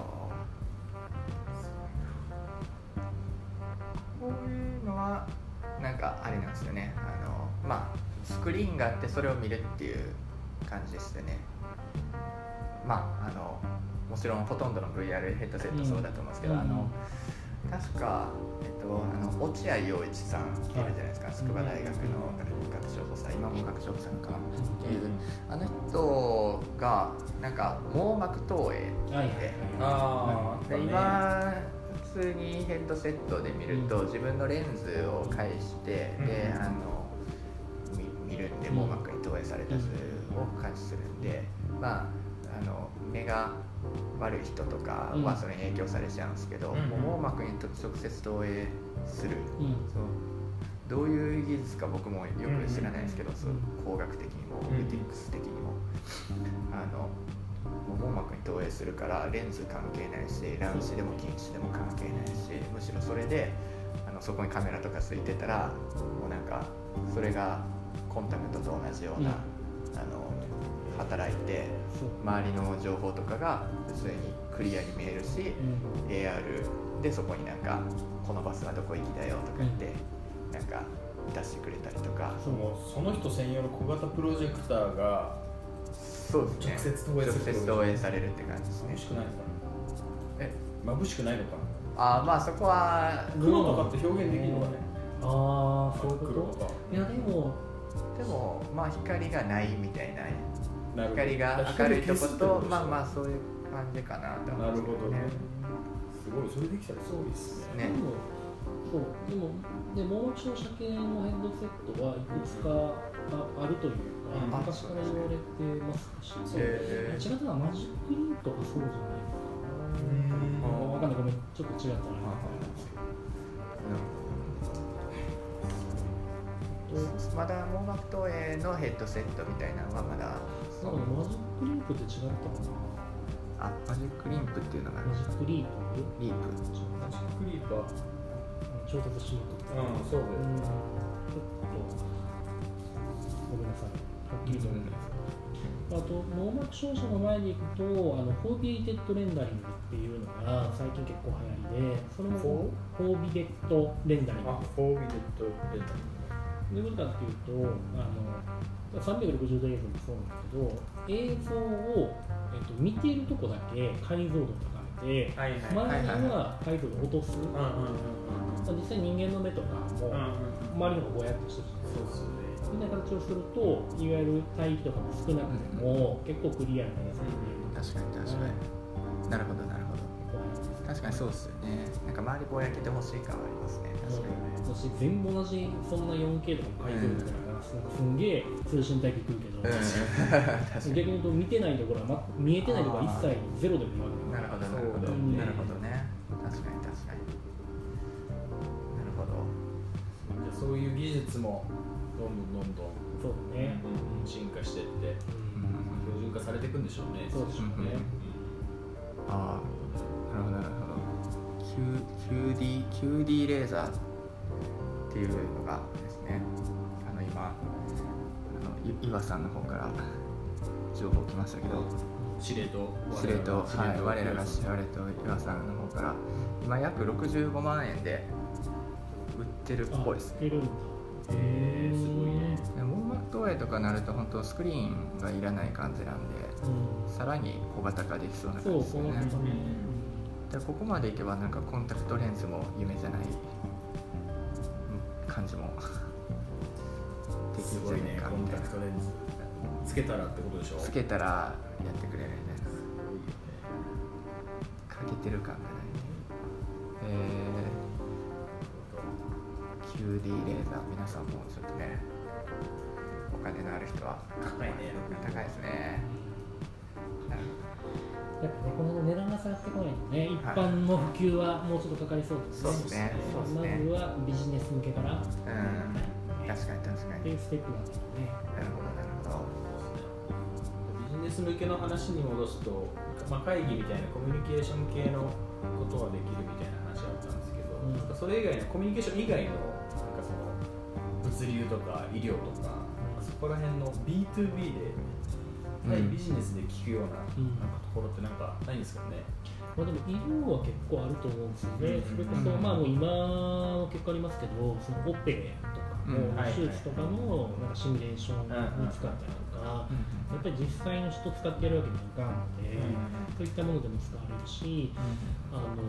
こういうのはなんかあれなんですよね、あのまあスクリーンがあってそれを見るっていう感じでしてね、まああのもちろんほとんどの ブイアール ヘッドセットそうだと思うんですけど、うん、あの確か、えっと、あの落合陽一さんいるじゃないですか、はい、筑波大学の学長補佐、今も学長補佐かなっていう、あの人がなんか網膜投影で、はいはいはい、で今普通にヘッドセットで見ると、うん、自分のレンズを介して、うん、であの 見, 見るんで網膜に投影された図を監視するんで、まああの目が悪い人とかはそれに影響されちゃうんですけど、うん、もう網膜に直接投影する、うん、そうどういう技術か僕もよく知らないですけど、うん、そう工学的にも、うん、エティックス的にもあの網膜に投影するからレンズ関係ないし乱視でも近視でも関係ないし、むしろそれであのそこにカメラとかついてたらもうなんかそれがコンタクトと同じような、うん、あの働いて周りの情報とかが普通にクリアに見えるし、うん、エーアール でそこになんかこのバスはどこ行きだよとか言って、うん、なんか出してくれたりとか、 その、その人専用の小型プロジェクターがそうですね、 直接投影する直接投影されるって感じですね。 眩しくないのかな。え、眩しくないのかな。あ、まあそこは黒とかって表現できるのかね。 ああ、そういうこと。いやでもでもまあ光がないみたいな。光が明るいとこと、まあまあそういう感じかなと思うんですけどね。 すごい、それできたらすごいですね。 でも、そう、でも、で網膜照射系のヘッドセットはいくつかあるというか、うん、昔から言われてますし、そう、えー、違ったらマジックリンとかそうじゃないのかな。わかんない、ごめん、ちょっと違ったら。 まだ網膜投影のヘッドセットみたいなのはまだなんかマジックリンプって違ったかな。 あ、マジックリンプっていうのがマジックリープリープマジックリープは調達しようと。 うん、そうだよ、うん、ちょっとごめんなさい、はっきりと思うんですけど、あと網膜照射の前に行くとあのフォービエテッドレンダリングっていうのが最近結構流行りで、それもフォービエットレンダリング。 あ、フォービエットレンダリングどういうことかっていうと、あのさんびゃくろくじゅうど映像もそうなんだけど、映像を、えっと、見ているとこだけ解像度を高めて、はいはい、周りは解像度を落とす、うんうんうん、実際人間の目とかも、うんうん、周りの方がぼやっとしてるじゃないですか。みたいな形をすると、いわゆる帯域とかも少なくても、うん、結構クリアな映像に見える。 確かに確かに、うん、なるほどなるほど。確かにそうですよね。なんか周りぼやけてほしい感はありますね。確かにね。 私全部同じそんな よんケー とかの解像度だから、うん、すんげえ通信帯聞くけど、うん、逆に言うと見てないところは、ま、見えてないところは一切ゼロでもある。なるほどなるほど、ね、なるほどね。確かに確かに。なるほど。 じゃあそういう技術もどんどんどんどんそうだね、 うん、進化していって、うん、標準化されていくんでしょうね。 そうでしょうね。 うん、ああ。なるほどなるほど。キューディー キューディー レーザーっていうのがですね、あの今あの岩さんの方から情報来ましたけど、 司令塔司令塔はい、我らが司令塔岩さんの方から今約ろくじゅうごまんえんで売ってるっぽいですね。 売ってるんだ。 へー、すごいね。 網膜投影とかなると本当スクリーンがいらない感じなんで、うん、さらに小型化できそうな感じですよね。そうでここまでいけばなんかコンタクトレンズも夢じゃない感じもできるんじゃないかみたいな。すごいね、コンタクトレンズつけたらってことでしょ。 つけたらやってくれるみたいな。かけてる感がないね。えー、キューディー レーザー皆さんもちょっとねお金のある人は高いね。 高いですね。なるほど。 やっぱね、この値段が下がってこないとね、一般の普及はもうちょっとかかりそうですね。 そうですね。そうですね。 まずはビジネス向けから。うん。 確かに確かに。 っていうステップなんですよね。 なるほどなるほど。 ビジネス向けの話に戻すと、まあ、会議みたいなコミュニケーション系のことはできるみたいな話だったんですけど、うん、それ以外のコミュニケーション以外のなんかその物流とか医療とか、そそこら辺の ビーツービー で、はい、ビジネスで聞くような、うん、なんかところってなんかないんですかね。 まあ、でも医療は結構あると思うんですよね、それこそ、まあ、もう今も結構ありますけど、そのオペとかの手術とかのなんかシミュレーションに使ったりとか、やっぱり実際の人使ってやるわけにはいかんので、そういったものでも使われるし、あの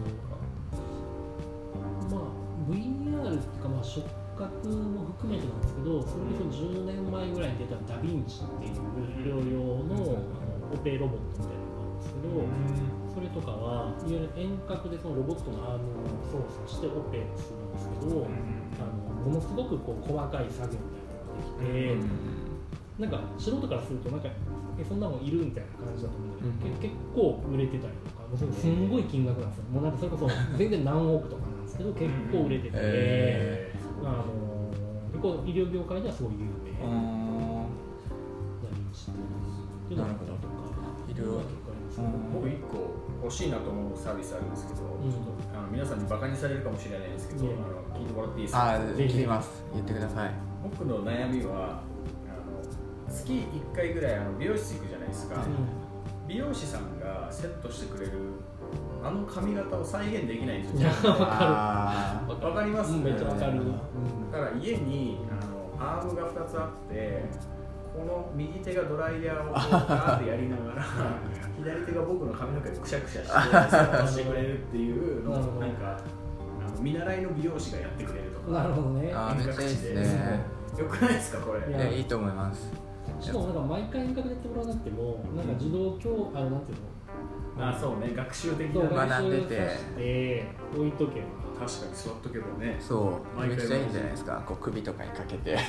まあ、ブイアール っていうか、まあ、触覚も含めてなんですけど、それこそじゅうねんまえぐらいに出たダヴィンチっていう医療用の、あのオペロボットみたいなのがあるんですけど、それとかはいわゆる遠隔でそのロボットのアームを操作してオペをするんですけど、あのものすごくこう細かい作業みたいなのができて、なんか素人からするとなんかえそんなのいるみたいな感じだと思うんだけど、結構売れてたりとか、もうすんごい金額なんですよ。もうなんかそれこそ全然何億とかなんですけど、結構売れてて、えー、あの結構医療業界ではすごい有名な認知っていうのがあったりとか、医療僕いっこ欲しいなと思うサービスあるんですけど、うん、ちょっとあの皆さんにバカにされるかもしれないんですけど、うん、あの聞いてもらっていいですか。 あー、聞きます。言ってください。 僕の悩みはあの月いっかいぐらいあの美容室行くじゃないですか、うん、美容師さんがセットしてくれるあの髪型を再現できないんですよ。わかります、 うん、めっちゃわかる、うん、 だから家にあのアームがふたつあって、この右手がドライヤーをガーってやりながら左手が僕の髪の毛でくしゃくしゃしてセットしてくれるっていうのをなんかあの見習いの美容師がやってくれるとか。 なるほどね。 あ、めっちゃいいですね。 よくないですかこれ。 いや、いいと思います。 しかもなんか毎回遠隔でやってもらわなくても、なんか自動教、あのなんていうの、 あ、そうね、学習的な学んでて置いとけば、 確かに座っとけばね。 そう、めっちゃいいんじゃないですか。こう首とかにかけてア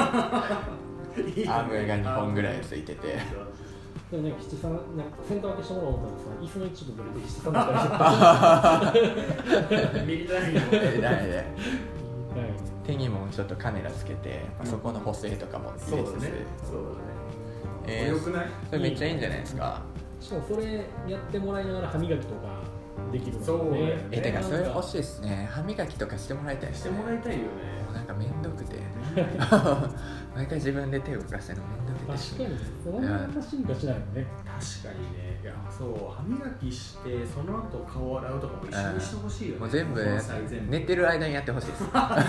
ームがにほんぐらいついてて。 でもね、七三、なんかセンター分けしてもらおうと思ったらさ、椅子の位置とずれて七三だったりミリ単位ので手にもちょっとカメラつけて、うん、そこの補正とかも入れつつ、そうだね、 えー、よくない？ それめっちゃいいんじゃないですか。 しかもそれやってもらいながら歯磨きとかできるので、 そうね、 え、てかそれ欲しいですね。歯磨きとかしてもらいたいですね。 してもらいたいよね。 もうなんかめんどくて毎回自分で手を動かしてるのめんどくて。 確かにそんな進化しないよね。 確かにね。いや、そう歯磨きしてその後顔洗うとかも一緒にしてほしいよね。 もう全部寝てる間にやってほしいです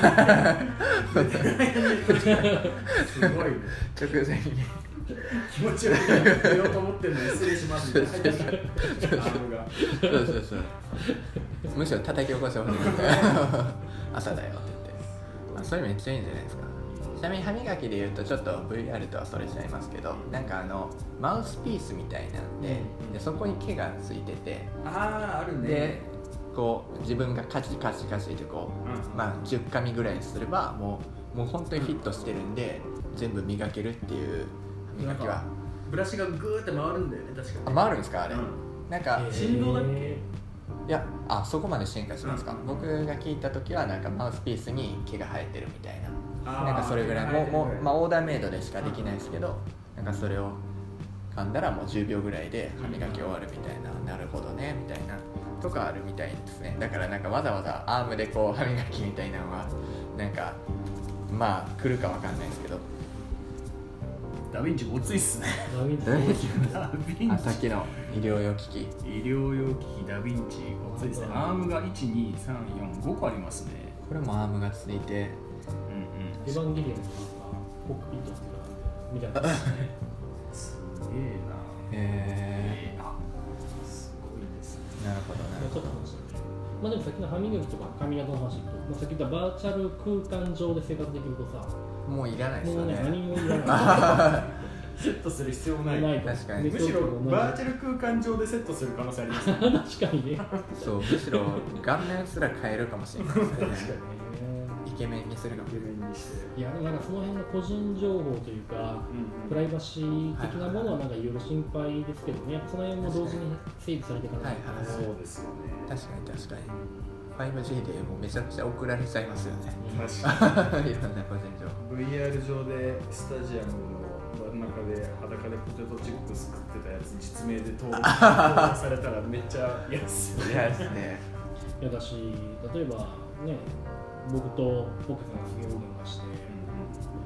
すごいね。 直前に気持ちよく寝ようと思ってるのに失礼しますみたいな。アームがそうそうそうむしろ叩き起こしてほしい朝だよって言って、まあ、それめっちゃいいんじゃないですか。ちなみに歯磨きでいうとちょっと ブイアール とはそれちゃいますけど、なんかあのマウスピースみたいなんで、うん、でそこに毛がついてて、 あーあるね。でこう自分がカチカチカチってこう、うん、まあじゅっかみぐらいにすればもうもう本当にフィットしてるんで、うん、全部磨けるっていう歯磨きは。 ブラシがグーって回るんだよね、確かに。 あ、回るんですかあれ、うん、なんか振動だっけ。 いや、あ、そこまで進化しますか、うん、僕が聞いた時はなんかマウスピースに毛が生えてるみたいな、なんかそれぐらいもう、もう、まあ、オーダーメイドでしかできないですけど、なんかそれを噛んだらもうじゅうびょうぐらいで歯磨き終わるみたいな、なるほどねみたいなとかあるみたいですね。だからなんかわざわざアームでこう歯磨きみたいなのはなんかまあ来るかわかんないですけど、 ダヴィンチごついっすね。 ダヴィンチダヴィンチあ、さっきの医療用機器医療用機器ダヴィンチごついっすね。アームがいち、に、さん、よん、ごこありますね。 これもアームがついて、うんうん、 エヴァンゲリオンとかコックピットみたいなすげえな。 へえー、あ、すごいですね。 なるほどなるほど。 まあでもさっきの歯磨きとか髪型の話と、まあ、さっき言ったバーチャル空間上で生活できるとさ、 もういらないですよね。 もうね、何もいらないセットする必要ない。 ない確かに。 むしろバーチャル空間上でセットする可能性ありますね。 確かにね。 そう、むしろ顔面すら変えるかもしれないですね。 確かにね。 イケメンにするかも。 イケメンにして。 いや、でもなんかその辺の個人情報というか、うんうん、プライバシー的なものはなんかいろいろ心配ですけどね。その辺も同時に整備されていかないと。 はいはい、 そうですよね。 確かに確かに。ファイブジー でもうめちゃくちゃ送られちゃいますよね。 確かに。 いろんな個人情報。 ブイアール 上でスタジアムの真ん中で裸でポテトチップス食ってたやつに実名で登録されたらめっちゃ嫌ですよね。 嫌ですね。 いやだし、例えばね、僕とポケさんがすげえ大喧嘩して、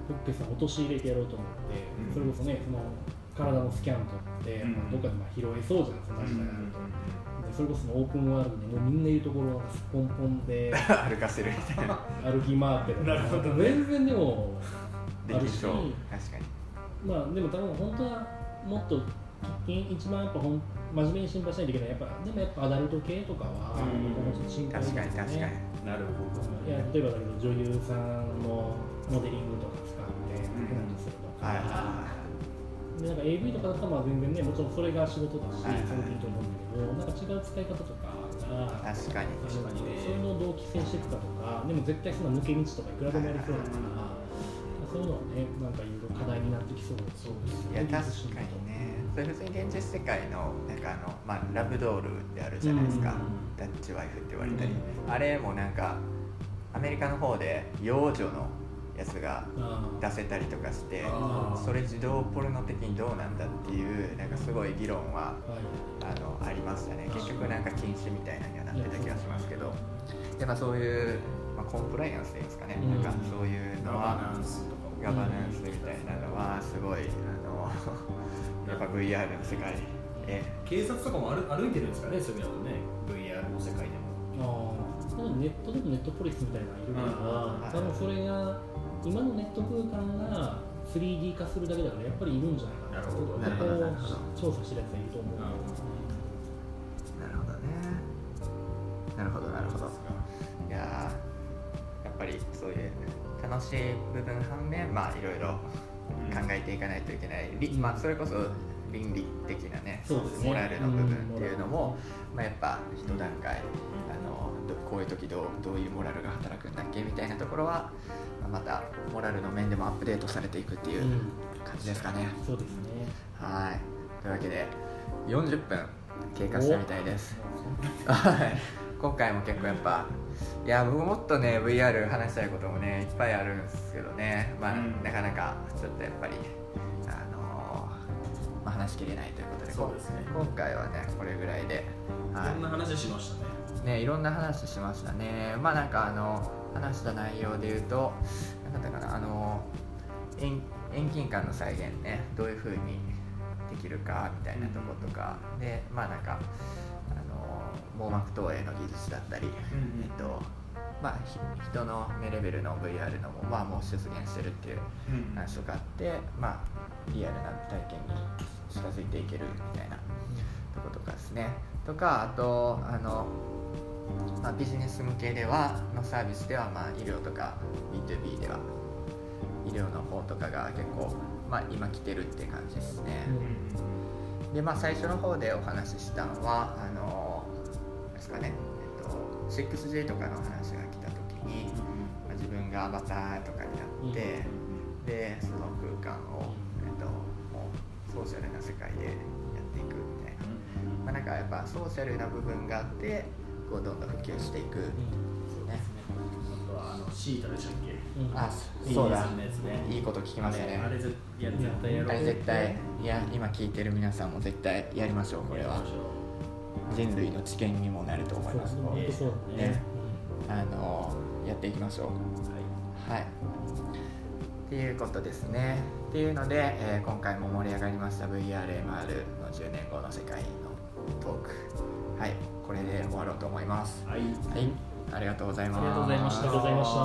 フッケさん陥れてやろうと思って、 うん、 それこそねその体のスキャン取って、うん、どっかでまあ拾えそうじゃないですか、うん、でそれこそオープンワールドでもうみんな言うところはスポンポンで歩かせるみたいな歩き回ってるなるほど、ね、 全然でもあるし、確かにまあでも多分本当はもっと一番やっぱほん真面目に心配しないといけないやっぱでもやっぱアダルト系とかはもうちょっと心配ですね。 確かに確かになるほど。 いや例えばだけど女優さんのモデリングとか使ってペナントするとか、うん、でなんか エーブイ とかだとまあ全然ねもちろんそれが仕事だしそれでいいと思うんだけどなんか違う使い方とかが確かに確かにねそういうのをどう規制していくかとかでも絶対そんな抜け道とかいくらでもやりそうだからそういうのはねなんかいろいろ課題になってきそうですよね。いや確かにねそれ普通に現実世界のなんかあの、まあ、ラブドールってあるじゃないですか、ダッチワイフって言われたり、あれもなんかアメリカの方で幼女のやつが出せたりとかしてそれ児童ポルノ的にどうなんだっていうなんかすごい議論はあのありましたね。結局なんか禁止みたいなにはなってた気がしますけどやっぱそういう、まあ、コンプライアンスっていうんですかね、なんかそういうのはガバナンスみたいなのはすごいあのやっぱ ブイアール の世界え警察とかも歩歩いてるんですかね、そういうのとね ブイアール の世界でも。ああ、ネットでもネットポリスみたいなのいるから、多分それが今のネット空間が スリーディー 化するだけだからやっぱりいるんじゃないかな。 なるほど、 なるほど、なるほど。 調査してるやつはいると思う。 なるほどね。なるほどなるほど。いややっぱりそういう楽しい部分反面、まあいろいろ考えていかないといけない、うん、まあそれこそ倫理的なね、 そうですね、 モラルの部分っていうのも、まあ、やっぱ一段階あのこういう時どうどういうモラルが働くんだっけみたいなところはまたモラルの面でもアップデートされていくっていう感じですかね、 うん、そうですね。 はいというわけでよんじゅっぷん経過したみたいですはい今回も結構やっぱいや僕もっとね ブイアール 話したいこともねいっぱいあるんですけどねまあ、うん、なかなかちょっとやっぱりあのーまあ、話しきれないということで、 そうですね、 今回はねこれぐらいで、 はい、いろんな話しましたねねいろんな話しましたね。まあなんかあの話した内容で言うと何だったかなあの遠遠近感の再現ねどういう風にできるかみたいなところとか、うん、でまあなんか網膜投影の技術だったり、うんうんえっとまあ、人の目レベルの ブイアール のも、まあ、もう出現してるっていう話とかあって、うんまあ、リアルな体験に近づいていけるみたいなとことかですねとかあとあの、まあ、ビジネス向けではのサービスでは、まあ、医療とか ビーツービー では医療の方とかが結構、まあ、今来てるって感じですね、うん、でまあ最初の方でお話ししたのはあのですかね、えっと、シックスジェイ とかの話が来た時に、まあ、自分がアバターとかになって、うん、でその空間を、えっと、もうソーシャルな世界でやっていくみたいな、まあ、なんかやっぱソーシャルな部分があってこうどんどん普及していく、うんね、 あとはあのシータでしたっけ、 うん、あそうだ、いいこと聞きましたね。 あれ絶対やろう。 あれ絶対いや今聞いてる皆さんも絶対やりましょう。これは人類の知見にもなると思いますので、 そうね、 ね、あのやっていきましょう。はい、はい、っていうことですね。っていうので、えー、今回も盛り上がりました ブイアールエムアール のじゅうねんごの世界のトーク、はい、これで終わろうと思います。 はい、 はい、ありがとうございます。 ありがとうございました。ありがとうございました。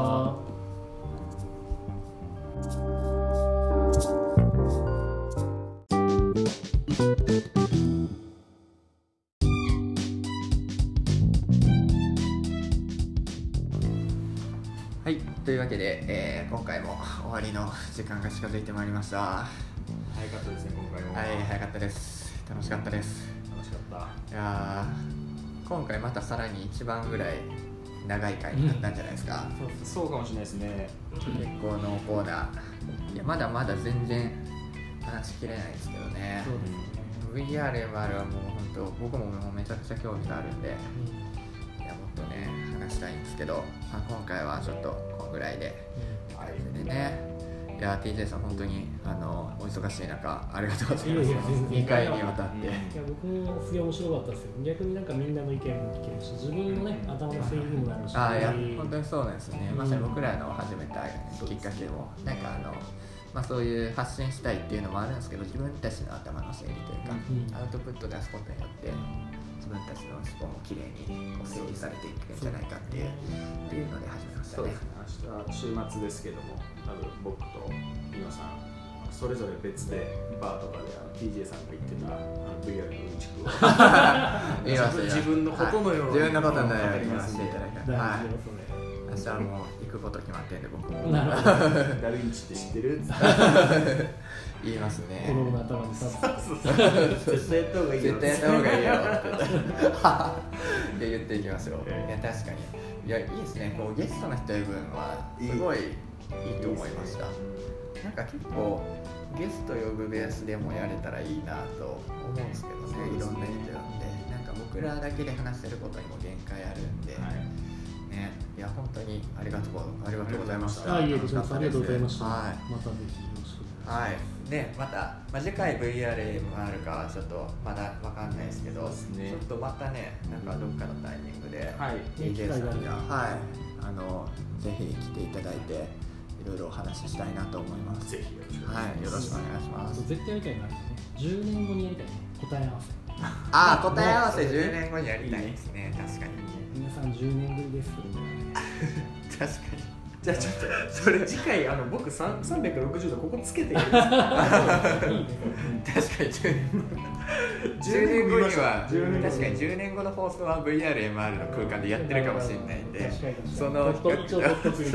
はい、というわけで、えー、今回も終わりの時間が近づいてまいりました。 早かったですね、今回も。 はい、早かったです。楽しかったです。 楽しかった。 いや今回またさらに一番ぐらい長い回になったんじゃないですか。 うん、そう、そうかもしれないですね。 結構濃厚な。いやまだまだ全然話しきれないですけどね。 そうですね。 ブイアールエムアール はもう本当僕ももうめちゃくちゃ興味があるんで、うん、いやもっとね話したいんですけど、まあ、今回はちょっとこんぐらいで、うん、感じでね。いいや ティージェー さん本当にあのお忙しい中ありがとうございます。 いやいや全然にかいにわたって、 いや僕もすげえ面白かったですよ。逆になんかみんなの意見も聞けるし、自分のね、頭の整理にもなるし。 あいや本当にそうなんですね、 うん、 まさに僕らの始めたきっかけもなんかあの、まあ、そういう発信したいっていうのもあるんですけど、自分たちの頭の整理というか、 うん、 アウトプット出すことによって自分たちの思考もきれいにこう整理されていくんじゃないかっていうっていうので始めましたね。 そうですね。明日週末ですけども、多分僕と今さんそれぞれ別でバーとかであの ティージェー さんが言ってたあの ブイアール のうんちくを言いますよ自分のことのように、 はい、自分のことのように言わせ言わせていただきます。はい。明日はもう行くこと決まってんで僕も。 なるほど。 ダルインチって知ってる？ 言いますね。 子供の頭に刺す。 絶対やった方がいいよ。 絶対やった方がいいよって言っていきましょう。いや確かに。いやいいですね。こうゲストの人呼ぶのはすごいいいと思いました。なんか結構ゲスト呼ぶベースでもやれたらいいなと思うんですけどね。いろんな人呼んで、なんか僕らだけで話してることにも限界あるんで。はいね、いや本当にありがとうありがとうございました。 あ、いえ、こちらこそありがとうございました。 はい、 またぜひよろしくお願いします。 はい。でまた、まあ、次回 ブイアールエムアール かちょっとまだわかんないですけど、ね、ちょっとまたねなんかどっかのタイミングで、 はい、 ティージェー さんがはいあのぜひ来ていただいていろいろお話ししたいなと思います。 ぜひよろしくお願いします。はい、よろしくお願いします。 絶対やりたいのあるよね。じゅうねんごにやりたいね。答え合わせ。 ああ、答え合わせじゅうねんごにやりたいですね。確かに。 皆さんじゅうねんぶりです。 確かに。 じゃあちょっとそれ次回あの僕さんびゃくろくじゅうどここつけていいですか？確かにじゅうねんごには確かにじゅうねんごの放送は ブイアールエムアール の空間でやってるかもしれないんで、その確かに確かに。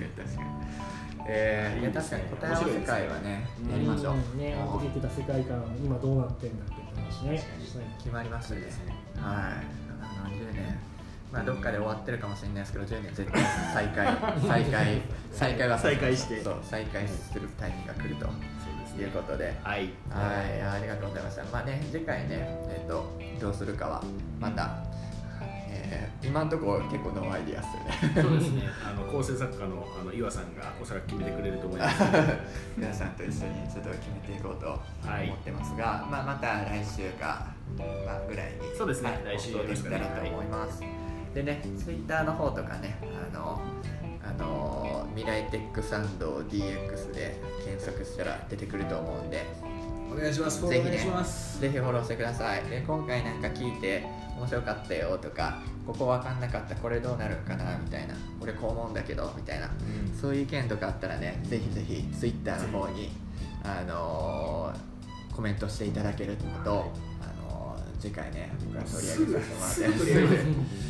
えー、いや確かに答え合わせ会はねやりましょう。 ね、あの時言ってた世界観今どうなってんだって話ね。 決まりますね。はい。あのじゅうねん。まあどっかで終わってるかもしれないですけど、じゅうねん絶対再開再開再開は再開してそう再開するタイミングが来るということで、 はい、 はい、ありがとうございました。まあね次回ねえっとどうするかはまた、えー、今のところ結構ノーアイディアっすよね。 そうですね。あの構成作家のあの岩さんがおそらく決めてくれると思います。 皆さんと一緒にちょっと決めていこうと思ってますが、はい、まあまた来週かまあぐらいにそうですね。 はい、 来週できたらと思います。はい、でね、ツイッターの方とかね、あの、あの未来テックサンド ディーエックス で検索したら出てくると思うんで、 お願いします。 ぜひね、ぜひフォローしてください。で、今回なんか聞いて面白かったよとか、ここ分かんなかった、これどうなるかなみたいな、俺こう思うんだけどみたいな、うん、そういう意見とかあったらね、ぜひぜひツイッターの方にあのー、コメントしていただけると、はい、あのー、次回ね、僕は取り上げさせてもらって。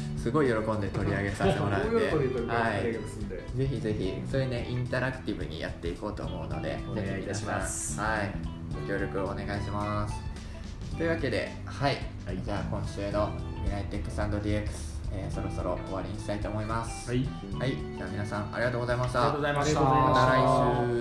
すごい喜んで取り上げさせてもらって、はい、ぜひぜひそういうねインタラクティブにやっていこうと思うので、 お願いいたします。 はい、ご協力お願いします。というわけで、はい、はい、じゃあ今週の未来テックサンド ディーエックス、えー、そろそろ終わりにしたいと思います。はい、はい、じゃあ皆さんありがとうございました。 ありがとうございました。 また来週。